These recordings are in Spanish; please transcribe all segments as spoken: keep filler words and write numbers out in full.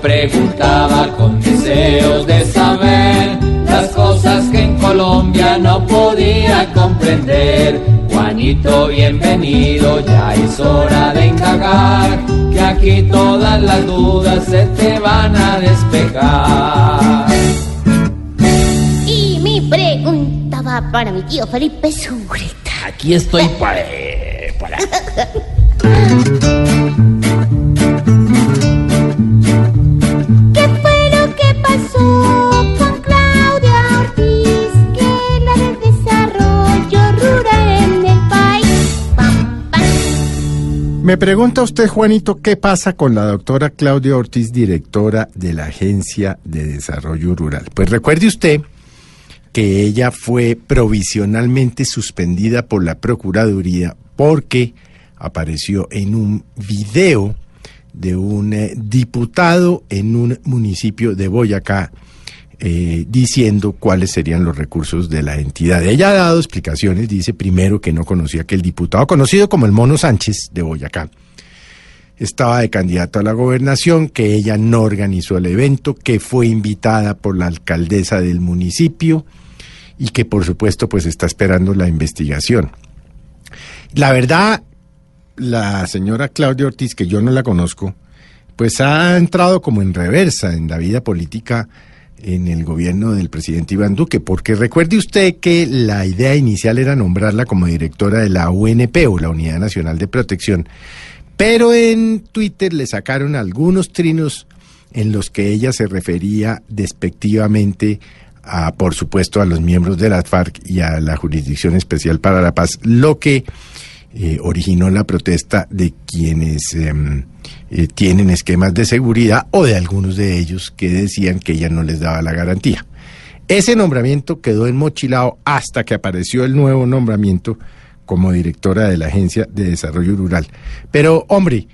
preguntaba con deseos de saber las cosas que en Colombia no podía comprender. Juanito, bienvenido, ya es hora de indagar, que aquí todas las dudas se te van a despejar. Y mi pregunta va para mi tío Felipe Zurita. Aquí estoy para... para... ¿Qué fue lo que pasó con Claudia Ortiz, que es la de desarrollo rural en el país? Pam, pam. Me pregunta usted, Juanito, ¿qué pasa con la doctora Claudia Ortiz, directora de la Agencia de Desarrollo Rural? Pues recuerde usted que ella fue provisionalmente suspendida por la Procuraduría porque apareció en un video de un eh, diputado en un municipio de Boyacá eh, diciendo cuáles serían los recursos de la entidad. Ella ha dado explicaciones, dice primero que no conocía que el diputado, conocido como el Mono Sánchez de Boyacá, estaba de candidato a la gobernación, que ella no organizó el evento, que fue invitada por la alcaldesa del municipio y que por supuesto pues está esperando la investigación. La verdad, la señora Claudia Ortiz, que yo no la conozco, pues ha entrado como en reversa en la vida política en el gobierno del presidente Iván Duque, porque recuerde usted que la idea inicial era nombrarla como directora de la U N P, o la Unidad Nacional de Protección, pero en Twitter le sacaron algunos trinos en los que ella se refería despectivamente a, por supuesto, a los miembros de las FARC y a la Jurisdicción Especial para la Paz, lo que eh, originó la protesta de quienes eh, eh, tienen esquemas de seguridad, o de algunos de ellos que decían que ella no les daba la garantía. Ese nombramiento quedó enmochilado hasta que apareció el nuevo nombramiento como directora de la Agencia de Desarrollo Rural. Pero, hombre,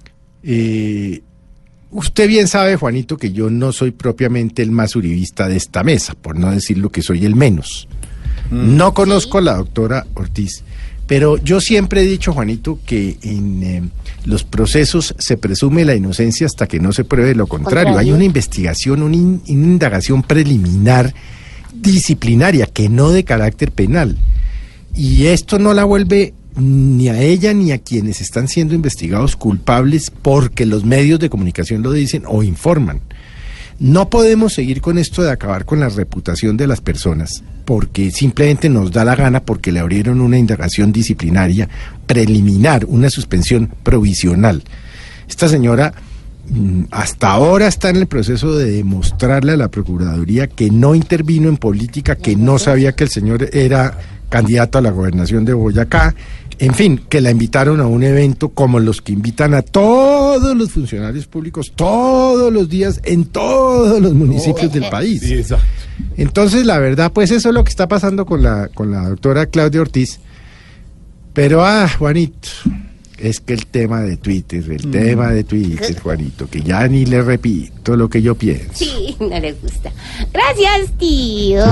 eh, usted bien sabe, Juanito, que yo no soy propiamente el más uribista de esta mesa, por no decir lo que soy el menos. Mm. No conozco a la doctora Ortiz, pero yo siempre he dicho, Juanito, que en eh, los procesos se presume la inocencia hasta que no se pruebe lo contrario. Hay una investigación, una, in, una indagación preliminar disciplinaria, que no de carácter penal. Y esto no la vuelve ni a ella ni a quienes están siendo investigados culpables porque los medios de comunicación lo dicen o informan. No podemos seguir con esto de acabar con la reputación de las personas porque simplemente nos da la gana, porque le abrieron una indagación disciplinaria preliminar, una suspensión provisional. Esta señora hasta ahora está en el proceso de demostrarle a la Procuraduría que no intervino en política, que no sabía que el señor era candidato a la gobernación de Boyacá, en fin, que la invitaron a un evento como los que invitan a todos los funcionarios públicos todos los días en todos los municipios oh, del país. Sí, entonces, la verdad, pues eso es lo que está pasando con la con la doctora Claudia Ortiz. Pero, ah, Juanito, es que el tema de Twitter, el mm. tema de Twitter, Juanito, que ya ni le repito lo que yo pienso. Sí, no le gusta. Gracias, tío.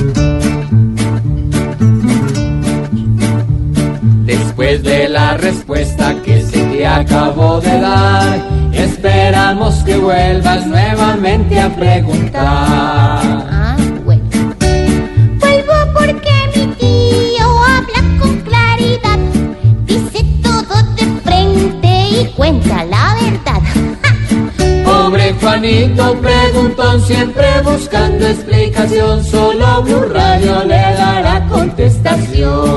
Después de la respuesta que se te acabó de dar, esperamos que vuelvas nuevamente a preguntar. Ah, bueno. Vuelvo porque mi tío habla con claridad, dice todo de frente y cuenta la verdad. Pobre Juanito preguntón, siempre buscando explicación, solo Blue Radio le dará contestación.